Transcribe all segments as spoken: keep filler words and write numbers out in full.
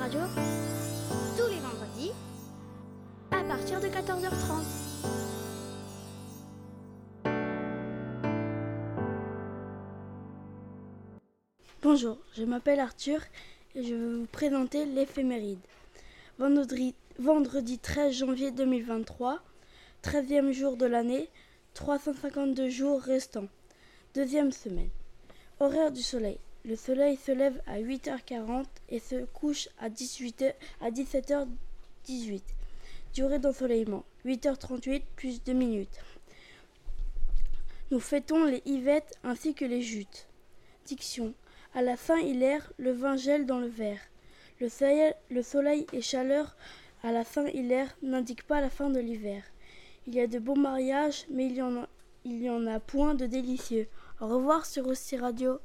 Radio, tous les vendredis, à partir de quatorze heures trente. Bonjour, je m'appelle Arthur et je vais vous présenter l'éphéméride. Vendredi, vendredi treize janvier deux mille vingt-trois, treizième jour de l'année, trois cent cinquante-deux jours restants. Deuxième semaine. Horaire du soleil. Le soleil se lève à huit heures quarante et se couche à, dix-huit heures, à dix-sept heures dix-huit. Durée d'ensoleillement, huit heures trente-huit plus deux minutes. Nous fêtons les Yvettes ainsi que les Jutes. Diction. À la Saint-Hilaire, le vin gèle dans le verre. Le soleil, le soleil et chaleur à la Saint-Hilaire n'indiquent pas la fin de l'hiver. Il y a de beaux mariages, mais il y en a, il y en a point de délicieux. Au revoir sur Rosti Radio.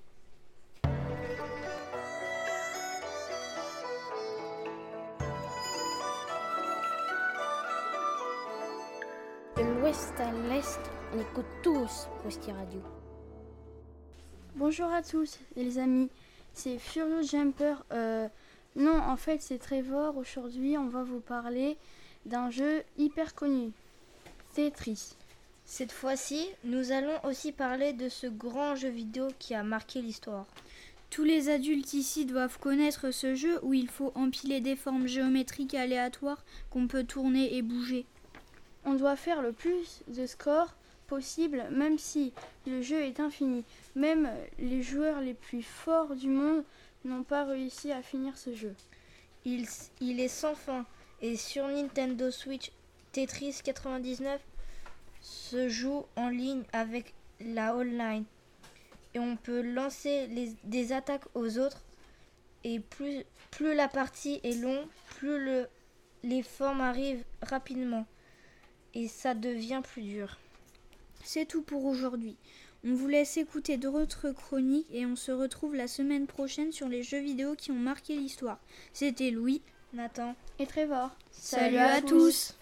De l'ouest à l'est, on écoute tous Rosti Radio. Bonjour à tous les amis, c'est Furious Jumper. Euh, non, en fait c'est Trevor. Aujourd'hui on va vous parler d'un jeu hyper connu, Tetris. Cette fois-ci, nous allons aussi parler de ce grand jeu vidéo qui a marqué l'histoire. Tous les adultes ici doivent connaître ce jeu où il faut empiler des formes géométriques aléatoires qu'on peut tourner et bouger. On doit faire le plus de scores possible, même si le jeu est infini. Même les joueurs les plus forts du monde n'ont pas réussi à finir ce jeu. Il, il est sans fin et sur Nintendo Switch, Tetris quatre-vingt-dix-neuf se joue en ligne avec la online et on peut lancer les, des attaques aux autres et plus, plus la partie est longue, plus le, les formes arrivent rapidement et ça devient plus dur. C'est tout pour aujourd'hui. On vous laisse écouter d'autres chroniques et on se retrouve la semaine prochaine sur les jeux vidéo qui ont marqué l'histoire. C'était Louis, Nathan et Trevor. Salut, Salut à, à tous. tous.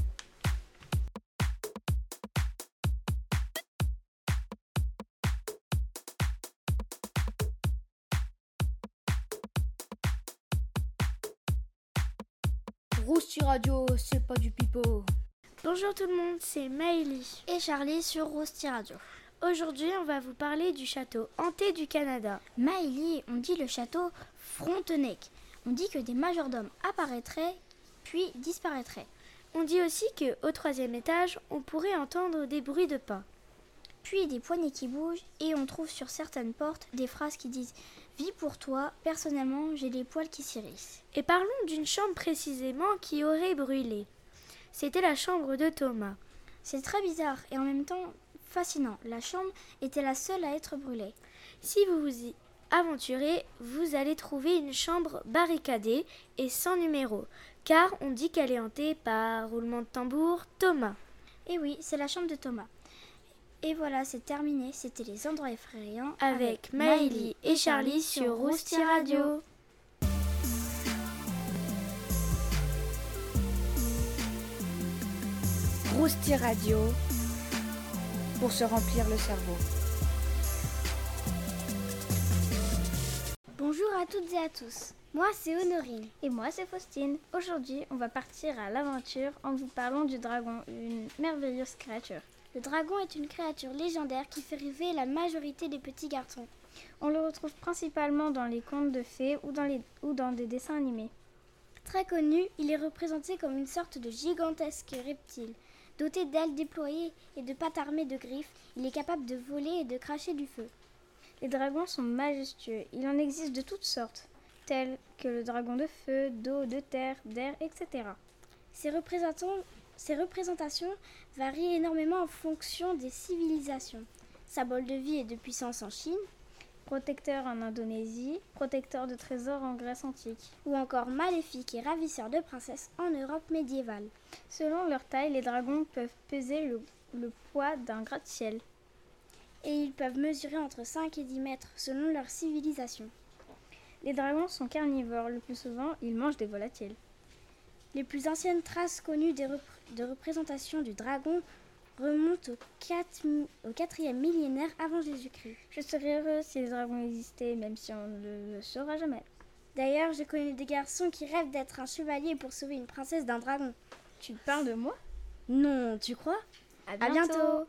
Rosti Radio, c'est pas du pipeau. Bonjour tout le monde, c'est Maëlie et Charlie sur Rosti Radio. Aujourd'hui, on va vous parler du château hanté du Canada. Maëlie, on dit le château Frontenac. On dit que des majordomes apparaîtraient puis disparaîtraient. On dit aussi qu'au troisième étage, on pourrait entendre des bruits de pas. Puis des poignées qui bougent et on trouve sur certaines portes des phrases qui disent « Vis pour toi, personnellement, j'ai les poils qui s'hérissent ». Et parlons d'une chambre précisément qui aurait brûlé. C'était la chambre de Thomas. C'est très bizarre et en même temps fascinant. La chambre était la seule à être brûlée. Si vous vous y aventurez, vous allez trouver une chambre barricadée et sans numéro, car on dit qu'elle est hantée par roulement de tambour Thomas. Et oui, c'est la chambre de Thomas. Et voilà, c'est terminé. C'était les endroits effrayants avec, avec Maëlie et Charlie sur Rosti Radio. Rosti Radio pour se remplir le cerveau. Bonjour à toutes et à tous. Moi, c'est Honorine. Et moi, c'est Faustine. Aujourd'hui, on va partir à l'aventure en vous parlant du dragon, une merveilleuse créature. Le dragon est une créature légendaire qui fait rêver la majorité des petits garçons. On le retrouve principalement dans les contes de fées ou dans, les, ou dans des dessins animés. Très connu, il est représenté comme une sorte de gigantesque reptile. Doté d'ailes déployées et de pattes armées de griffes, il est capable de voler et de cracher du feu. Les dragons sont majestueux. Il en existe de toutes sortes, tels que le dragon de feu, d'eau, de terre, d'air, et cetera. Ces représentations, ces représentations varient énormément en fonction des civilisations. Symbole de vie et de puissance en Chine, protecteur en Indonésie, protecteur de trésors en Grèce antique, ou encore maléfique et ravisseur de princesses en Europe médiévale. Selon leur taille, les dragons peuvent peser le, le poids d'un gratte-ciel. Et ils peuvent mesurer entre cinq et dix mètres selon leur civilisation. Les dragons sont carnivores, le plus souvent ils mangent des volatiles. Les plus anciennes traces connues des rep- de représentation du dragon remontent au quatrième millénaire avant Jésus-Christ. Je serais heureuse si les dragons existaient, même si on ne le saura jamais. D'ailleurs, j'ai connu des garçons qui rêvent d'être un chevalier pour sauver une princesse d'un dragon. Tu te parles de moi? Non, tu crois? À À bientôt. bientôt.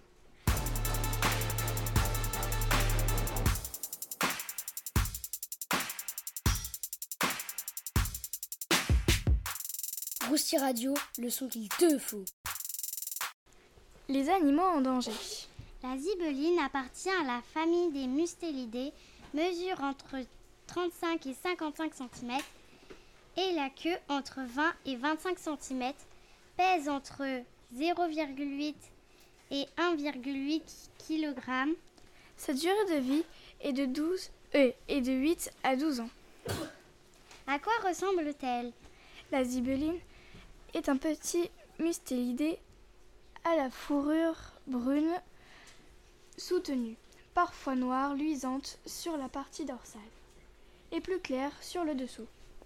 Rousti Radio, le son qu'il te faut. Les animaux en danger. La zibeline appartient à la famille des mustélidés, mesure entre trente-cinq et cinquante-cinq centimètres et la queue entre vingt et vingt-cinq centimètres, pèse entre zéro virgule huit et un virgule huit kilogrammes. Sa durée de vie est de, douze, euh, est de huit à douze ans. À quoi ressemble-t-elle? La zibeline est un petit mustélidé à la fourrure brune soutenue, parfois noire luisante sur la partie dorsale et plus claire sur le dessous.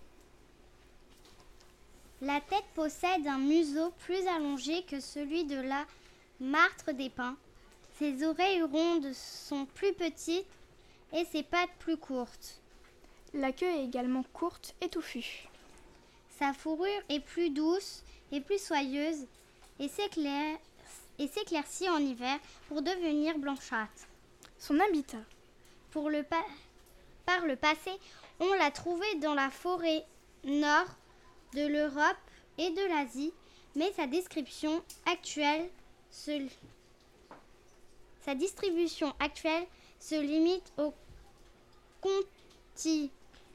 La tête possède un museau plus allongé que celui de la martre des pins. Ses oreilles rondes sont plus petites et ses pattes plus courtes. La queue est également courte et touffue. Sa fourrure est plus douce et plus soyeuse et s'éclaire- et s'éclaircit en hiver pour devenir blanchâtre. Son habitat. Pour le pa- par le passé, on l'a trouvée dans la forêt nord de l'Europe et de l'Asie, mais sa description actuelle se, sa distribution actuelle se limite au continu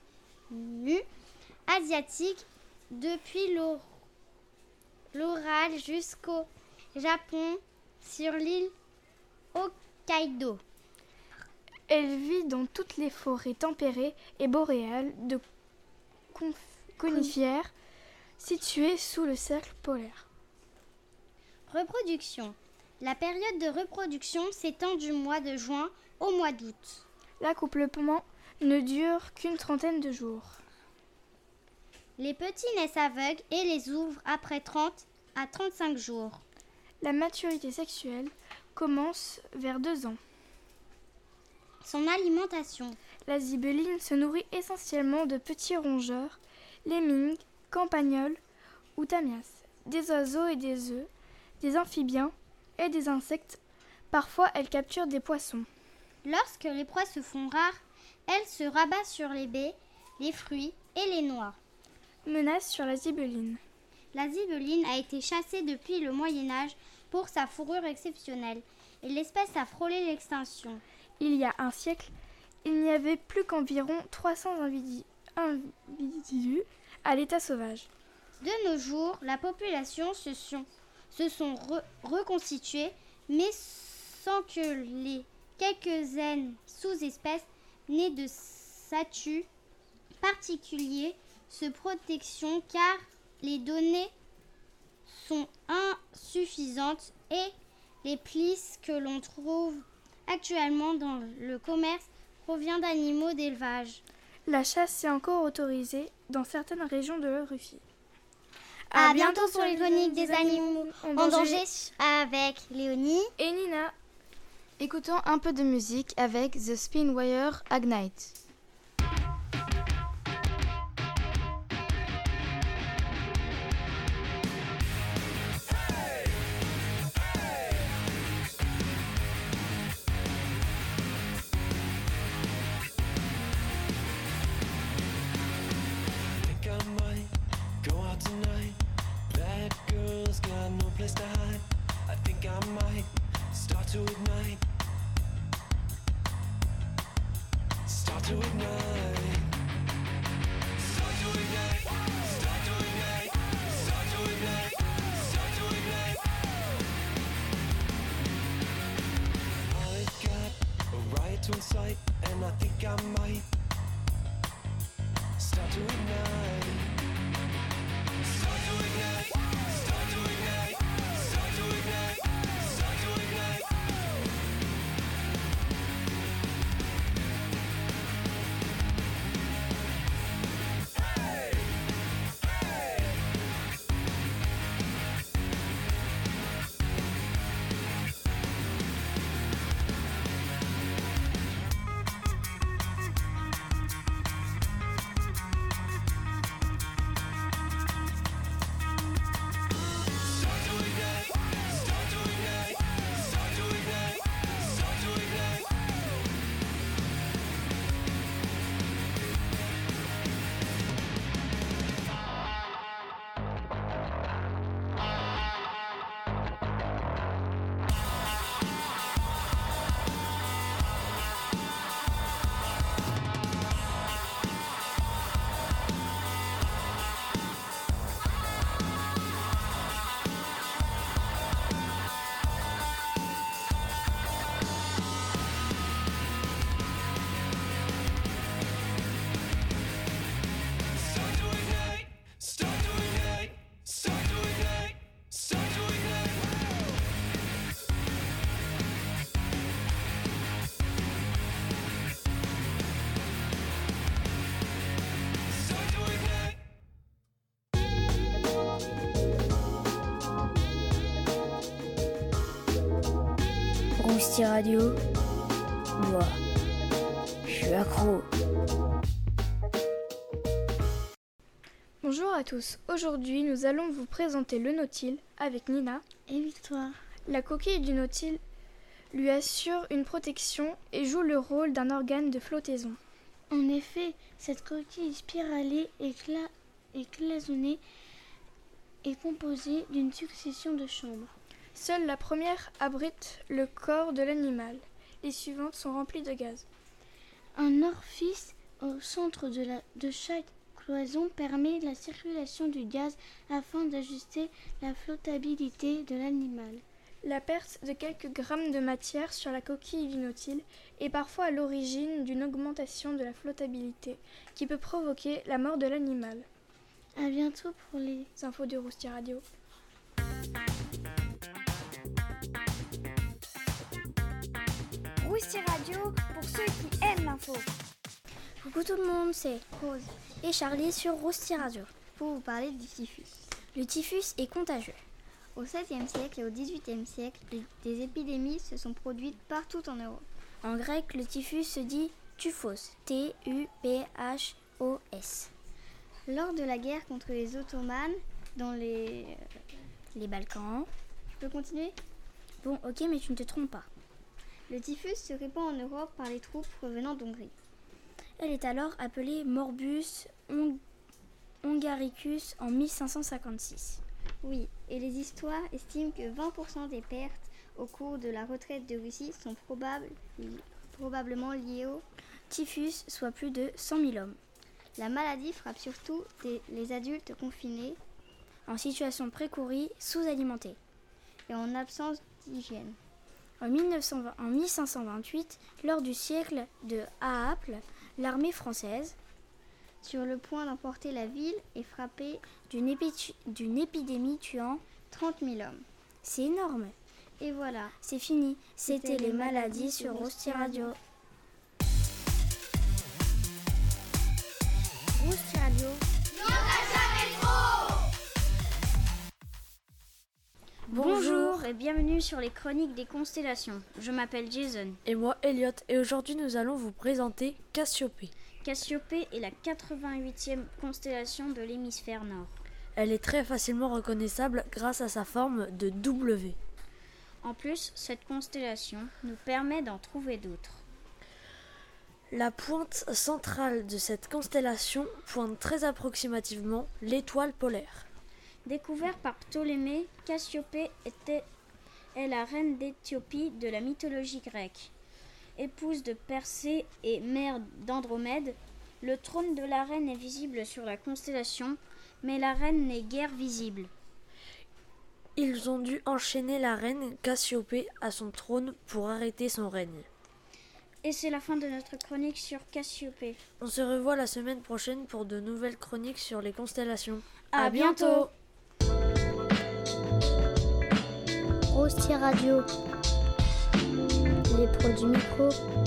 asiatique depuis l'Or- l'Oural jusqu'au Japon sur l'île Hokkaido. Elle vit dans toutes les forêts tempérées et boréales de conf- conifères situées sous le cercle polaire. Reproduction. La période de reproduction s'étend du mois de juin au mois d'août. L'accouplement ne dure qu'une trentaine de jours. Les petits naissent aveugles et les ouvrent après trente à trente-cinq jours. La maturité sexuelle commence vers deux ans. Son alimentation. La zibeline se nourrit essentiellement de petits rongeurs, lemmings, campagnols ou tamias, des oiseaux et des œufs, des amphibiens et des insectes. Parfois, elle capture des poissons. Lorsque les proies se font rares, elle se rabat sur les baies, les fruits et les noix. Menace sur la zibeline. La zibeline a été chassée depuis le Moyen-Âge pour sa fourrure exceptionnelle et l'espèce a frôlé l'extinction. Il y a un siècle, il n'y avait plus qu'environ trois cents individus, individus à l'état sauvage. De nos jours, la population se sont, se sont re- reconstituées, mais sans que les quelques-unes sous-espèces nées de statuts particuliers se protection car les données sont insuffisantes et les plis que l'on trouve actuellement dans le commerce provient d'animaux d'élevage. La chasse est encore autorisée dans certaines régions de la Russie. À, à bientôt sur les chroniques des animaux en danger, danger avec Léonie et Nina. Écoutons un peu de musique avec The Spinwire Ignite. Rousti Radio. Moi, je suis accro. Bonjour à tous. Aujourd'hui, nous allons vous présenter le nautile avec Nina et Victoire. La coquille du nautile lui assure une protection et joue le rôle d'un organe de flottaison. En effet, cette coquille spiralée et, cla- et cloisonnée est composée d'une succession de chambres. Seule la première abrite le corps de l'animal. Les suivantes sont remplies de gaz. Un orifice au centre de, la, de chaque cloison permet la circulation du gaz afin d'ajuster la flottabilité de l'animal. La perte de quelques grammes de matière sur la coquille du nautile est parfois à l'origine d'une augmentation de la flottabilité qui peut provoquer la mort de l'animal. À bientôt pour les infos de Rousti Radio. Rousti Radio pour ceux qui aiment l'info. Coucou tout le monde, c'est Rose et Charlie sur Rousti Radio pour vous parler du typhus. Le typhus est contagieux. Au seizième siècle et au dix-huitième siècle, des épidémies se sont produites partout en Europe. En grec, le typhus se dit tuphos, T U P H O S. Lors de la guerre contre les Ottomans dans les... les Balkans. Tu peux continuer ? Bon, ok, mais tu ne te trompes pas. Le typhus se répand en Europe par les troupes revenant d'Hongrie. Elle est alors appelée Morbus Hungaricus en mille cinq cent cinquante-six. Oui, et les histoires estiment que vingt pour cent des pertes au cours de la retraite de Russie sont probables, probablement liées au typhus, soit plus de cent mille hommes. La maladie frappe surtout des, les adultes confinés, en situation précourie, sous-alimentés et en absence d'hygiène. En, mille cinq cent vingt-huit, lors du siècle de Aaples, l'armée française, sur le point d'emporter la ville, est frappée d'une, épi- d'une épidémie tuant trente mille hommes. C'est énorme. Et voilà, c'est fini. C'était, C'était les maladies, maladies sur Rousti Radio. Rousti Radio. Il y en a jamais trop. Bonjour et bienvenue sur les chroniques des constellations. Je m'appelle Jason. Et moi, Elliot. Et aujourd'hui, nous allons vous présenter Cassiopée. Cassiopée est la quatre-vingt-huitième constellation de l'hémisphère nord. Elle est très facilement reconnaissable grâce à sa forme de W. En plus, cette constellation nous permet d'en trouver d'autres. La pointe centrale de cette constellation pointe très approximativement l'étoile polaire. Découvert par Ptolémée, Cassiopée était est la reine d'Éthiopie de la mythologie grecque. Épouse de Persée et mère d'Andromède, le trône de la reine est visible sur la constellation, mais la reine n'est guère visible. Ils ont dû enchaîner la reine Cassiopée à son trône pour arrêter son règne. Et c'est la fin de notre chronique sur Cassiopée. On se revoit la semaine prochaine pour de nouvelles chroniques sur les constellations. À, à bientôt. Rousti Radio. Les pros du micro.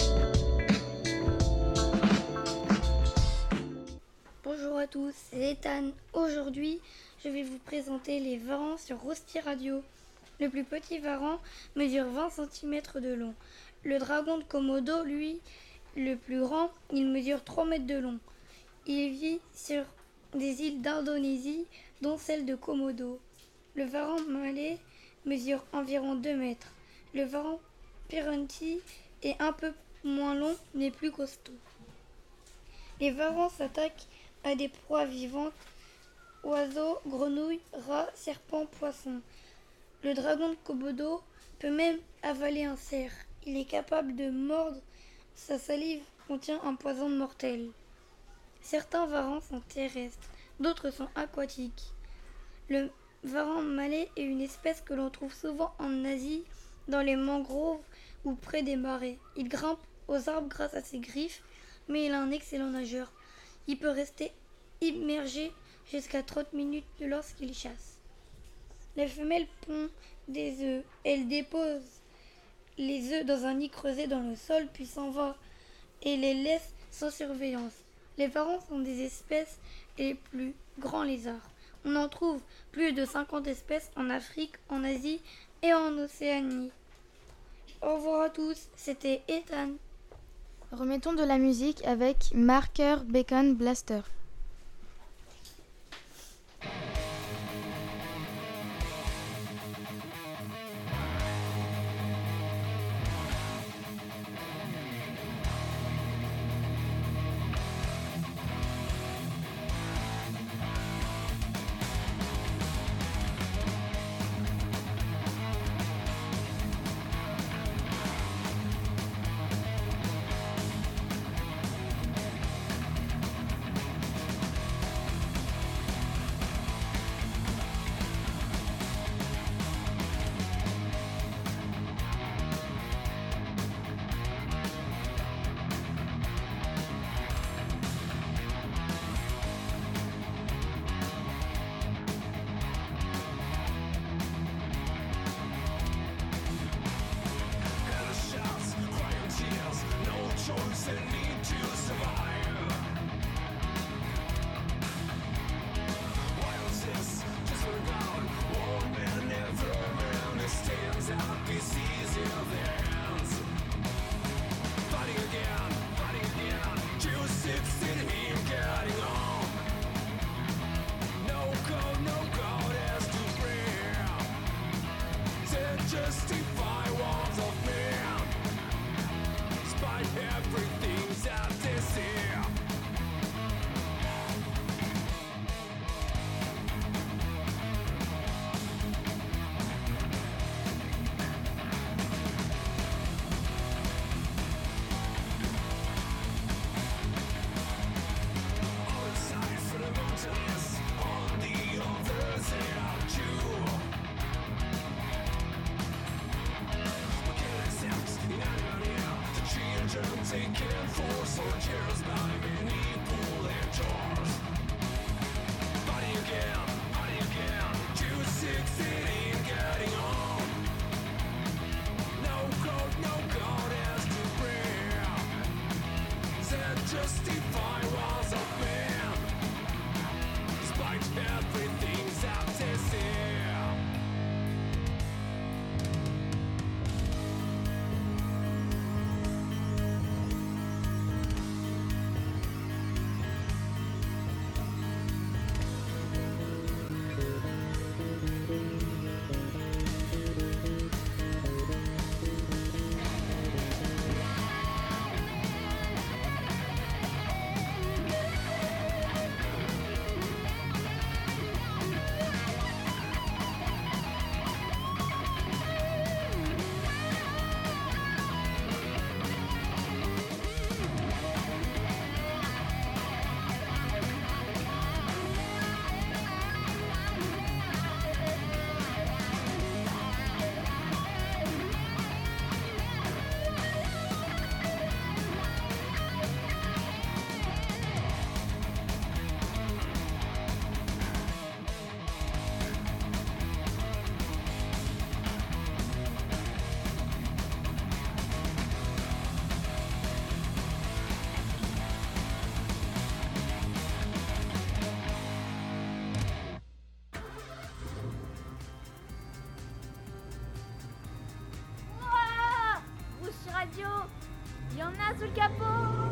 Bonjour à tous, c'est Ethan. Aujourd'hui, je vais vous présenter les varans sur Rousti Radio. Le plus petit varan mesure vingt centimètres de long. Le dragon de Komodo, lui, le plus grand, il mesure trois mètres de long. Il vit sur des îles d'Indonésie, dont celle de Komodo. Le varan malais mesure environ deux mètres. Le varan Piranti est un peu moins long, mais plus costaud. Les varans s'attaquent à des proies vivantes, oiseaux, grenouilles, rats, serpents, poissons. Le dragon de Komodo peut même avaler un cerf. Il est capable de mordre, sa salive contient un poison mortel. Certains varans sont terrestres, d'autres sont aquatiques. Le varan malais est une espèce que l'on trouve souvent en Asie, dans les mangroves ou près des marais. Il grimpe aux arbres grâce à ses griffes, mais il est un excellent nageur. Il peut rester immergé jusqu'à trente minutes lorsqu'il chasse. La femelle pond des œufs. Elle dépose les œufs dans un nid creusé dans le sol, puis s'en va et les laisse sans surveillance. Les varans sont des espèces les plus grands lézards. On en trouve plus de cinquante espèces en Afrique, en Asie et en Océanie. Au revoir à tous, c'était Ethan. Remettons de la musique avec Marker Bacon Blaster. Il y en a sous le capot.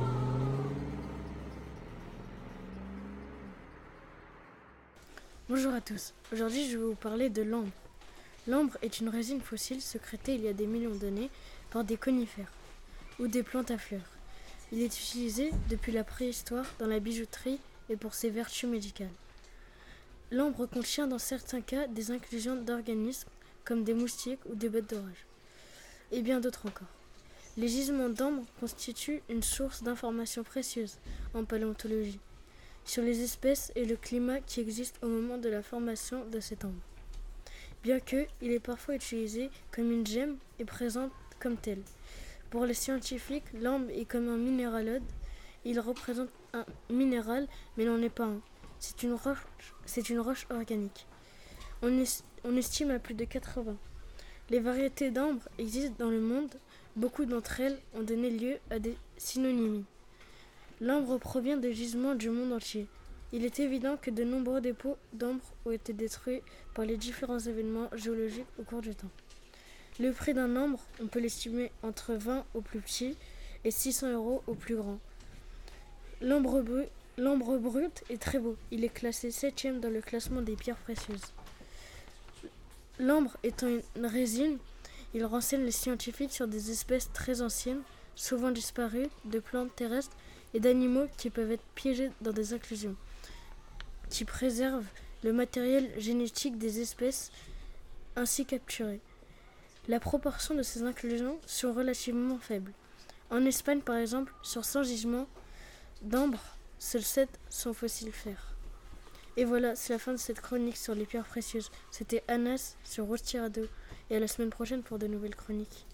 Bonjour à tous. Aujourd'hui, je vais vous parler de l'ambre. L'ambre est une résine fossile sécrétée il y a des millions d'années par des conifères ou des plantes à fleurs. Il est utilisé depuis la préhistoire dans la bijouterie et pour ses vertus médicales. L'ambre contient dans certains cas des inclusions d'organismes comme des moustiques ou des bêtes d'orage, et bien d'autres encore. Les gisements d'ambre constituent une source d'informations précieuses en paléontologie sur les espèces et le climat qui existent au moment de la formation de cet ambre. Bien que il est parfois utilisé comme une gemme et présente comme telle. Pour les scientifiques, l'ambre est comme un minéraloide. Il représente un minéral, mais n'en est pas un. C'est une roche, c'est une roche organique. On, est, on estime à plus de quatre-vingts. Les variétés d'ambre existent dans le monde. Beaucoup d'entre elles ont donné lieu à des synonymies. L'ambre provient de gisements du monde entier. Il est évident que de nombreux dépôts d'ambre ont été détruits par les différents événements géologiques au cours du temps. Le prix d'un ambre, on peut l'estimer entre vingt au plus petit et six cents euros au plus grand. L'ambre brut, l'ambre brut est très beau. Il est classé septième dans le classement des pierres précieuses. L'ambre étant une résine, il renseigne les scientifiques sur des espèces très anciennes, souvent disparues, de plantes terrestres et d'animaux qui peuvent être piégés dans des inclusions, qui préservent le matériel génétique des espèces ainsi capturées. La proportion de ces inclusions sont relativement faibles. En Espagne, par exemple, sur cent gisements d'ambre, seuls sept sont fossilifères. Et voilà, c'est la fin de cette chronique sur les pierres précieuses. C'était Anas sur Rousti Radio. Et à la semaine prochaine pour de nouvelles chroniques.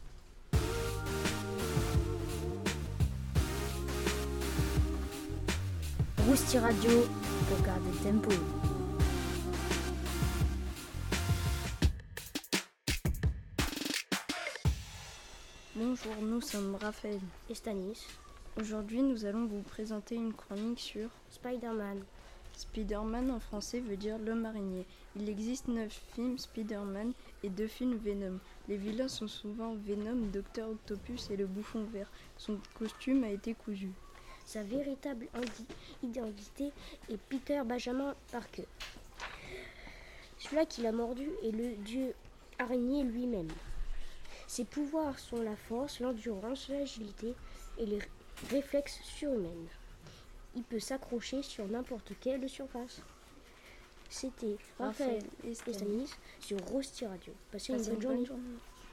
Rousti Radio pour garder le tempo. Bonjour, nous sommes Raphaël et Stanis. Aujourd'hui, nous allons vous présenter une chronique sur Spider-Man. Spider-Man en français veut dire l'homme araignée. Il existe neuf films Spider-Man et deux films Venom. Les vilains sont souvent Venom, Docteur Octopus et le Bouffon Vert. Son costume a été cousu. Sa véritable identité est Peter Benjamin Parker. Celui-là qui l'a mordu est le dieu araignée lui-même. Ses pouvoirs sont la force, l'endurance, l'agilité et les réflexes surhumains. Il peut s'accrocher sur n'importe quelle surface. C'était Raphaël et Stanis sur Rousti Radio. Passez une bonne journée. journée.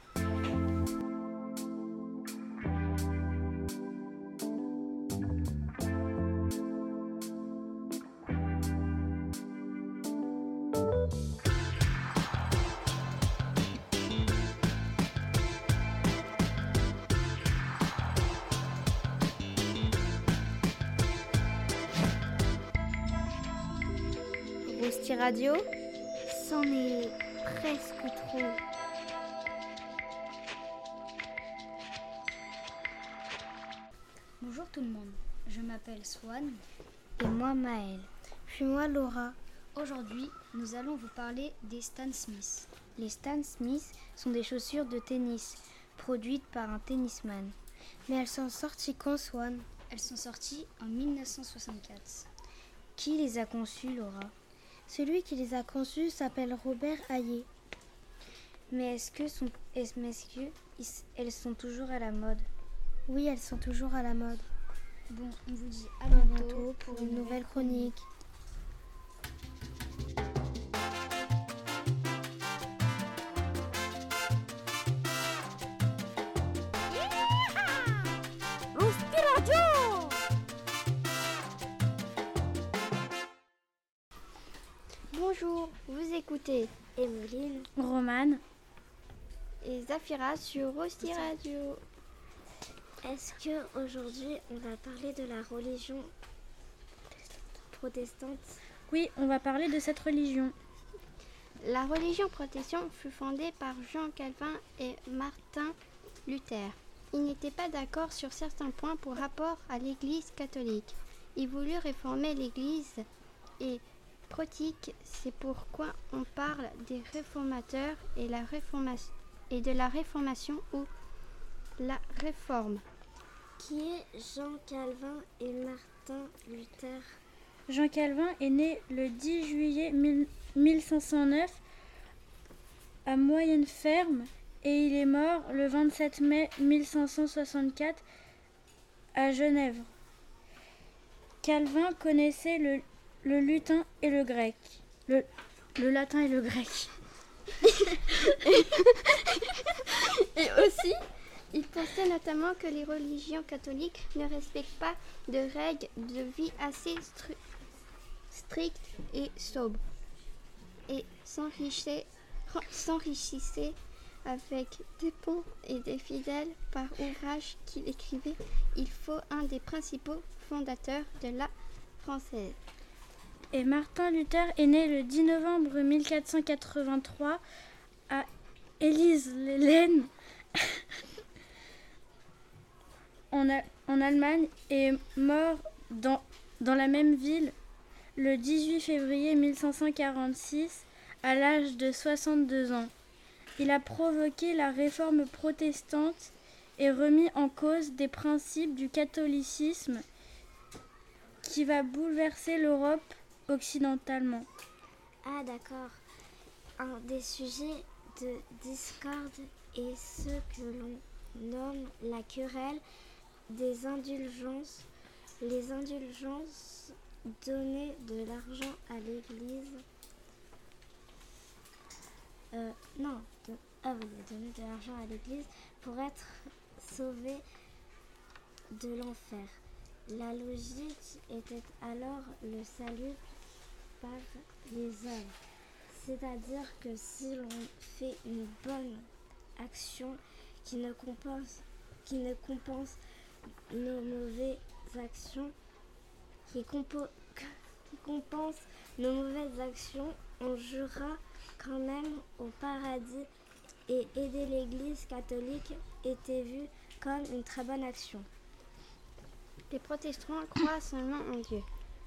Rousti Radio, c'en est presque trop. Bonjour tout le monde, je m'appelle Swan. Et moi Maëlle. Puis moi Laura. Aujourd'hui, nous allons vous parler des Stan Smith. Les Stan Smith sont des chaussures de tennis, produites par un tennisman. Mais elles sont sorties quand, Swan? Elles sont sorties en mille neuf cent soixante-quatre. Qui les a conçues, Laura? Celui qui les a conçus s'appelle Robert Hayé. Mais est-ce que, sont, est-ce, est-ce que elles sont toujours à la mode? Oui, elles sont toujours à la mode. Bon, on vous dit à À bientôt, bientôt pour une nouvelle chronique. Rousti Radio. Bonjour, vous écoutez Emeline, Romane et Zafira sur Rousti Radio. Est-ce que aujourd'hui on va parler de la religion protestante? Oui, on va parler de cette religion. La religion protestante fut fondée par Jean Calvin et Martin Luther. Ils n'étaient pas d'accord sur certains points pour rapport à l'Église catholique. Ils voulurent réformer l'Église et pratique, c'est pourquoi on parle des réformateurs et, la réformation, et de la réformation ou la réforme. Qui est Jean Calvin et Martin Luther? Jean Calvin est né le dix juillet mille cinq cent neuf à Moyenferme et il est mort le vingt-sept mai mille cinq cent soixante-quatre à Genève. Calvin connaissait le, le lutin et le grec. Le, le latin et le grec. Et aussi, il pensait notamment que les religions catholiques ne respectent pas de règles de vie assez stru- strictes et sobres et s'enrichissaient, s'enrichissaient avec des ponts et des fidèles par ouvrage qu'il écrivait. Il faut un des principaux fondateurs de la française. Et Martin Luther est né le dix novembre mille quatre cent quatre-vingt-trois à Élise-les-Laines en, A- en Allemagne et est mort dans, dans la même ville le dix-huit février mille cinq cent quarante-six à l'âge de soixante-deux ans. Il a provoqué la réforme protestante et remis en cause des principes du catholicisme qui va bouleverser l'Europe occidentalement. Ah d'accord. Un des sujets de discorde est ce que l'on nomme la querelle des indulgences. Les indulgences donner de l'argent à l'église. Euh, non, de, ah oui, donner de l'argent à l'église pour être sauvé de l'enfer. La logique était alors le salut par les œuvres. C'est-à-dire que si l'on fait une bonne action qui ne compense, qui ne compense nos mauvaises actions, qui, compo- qui compense nos mauvaises actions, on jouera quand même au paradis, et aider l'Église catholique était vu comme une très bonne action. Les protestants croient seulement en Dieu.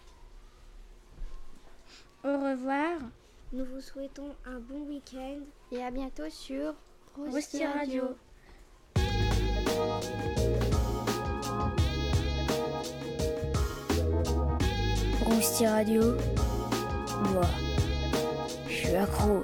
Au revoir. Nous vous souhaitons un bon week-end et à bientôt sur Rousti Radio. Rousti Radio, moi, je suis accro.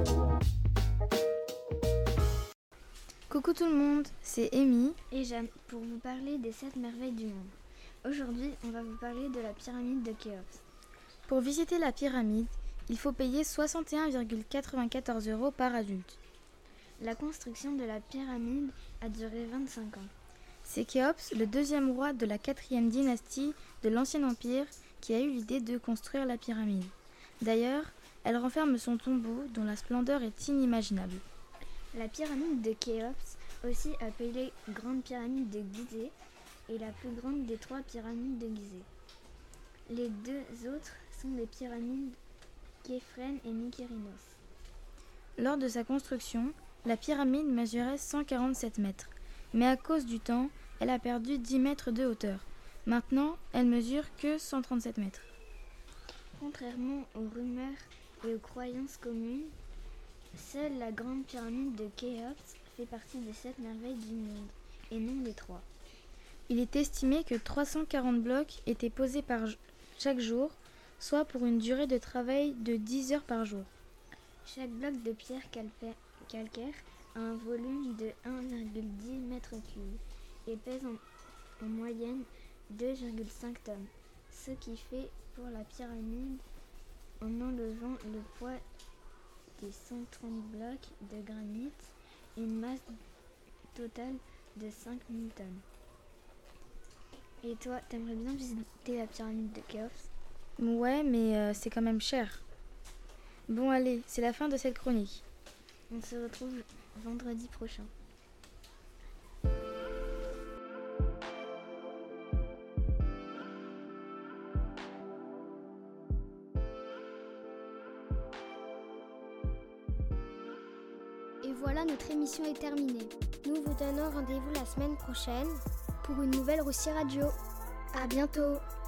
Coucou tout le monde, c'est Amy et Jeanne pour vous parler des sept merveilles du monde. Aujourd'hui, on va vous parler de la pyramide de Khéops. Pour visiter la pyramide, il faut payer soixante et un virgule quatre-vingt-quatorze euros par adulte. La construction de la pyramide a duré vingt-cinq ans. C'est Khéops, le deuxième roi de la quatrième dynastie de l'Ancien Empire, qui a eu l'idée de construire la pyramide. D'ailleurs, elle renferme son tombeau dont la splendeur est inimaginable. La pyramide de Khéops, aussi appelée Grande pyramide de Gizeh, est la plus grande des trois pyramides de Gizeh. Les deux autres sont les pyramides Képhren et Mykérinos. Lors de sa construction, la pyramide mesurait cent quarante-sept mètres, mais à cause du temps, elle a perdu dix mètres de hauteur. Maintenant, elle mesure que cent trente-sept mètres. Contrairement aux rumeurs et aux croyances communes, seule la grande pyramide de Khéops fait partie des sept merveilles du monde, et non des trois. Il est estimé que trois cent quarante blocs étaient posés par chaque jour, soit pour une durée de travail de dix heures par jour. Chaque bloc de pierre calcaire a un volume de un virgule dix mètres cubes et pèse en, en moyenne deux virgule cinq tonnes, ce qui fait pour la pyramide, en enlevant le poids des cent trente blocs de granit, une masse totale de cinq mille tonnes. Et toi, t'aimerais bien visiter la pyramide de Khéops ? Ouais, mais euh, c'est quand même cher. Bon allez, c'est la fin de cette chronique. On se retrouve vendredi prochain. Et voilà, notre émission est terminée. Nous vous donnons rendez-vous la semaine prochaine pour une nouvelle Rousti Radio. À bientôt.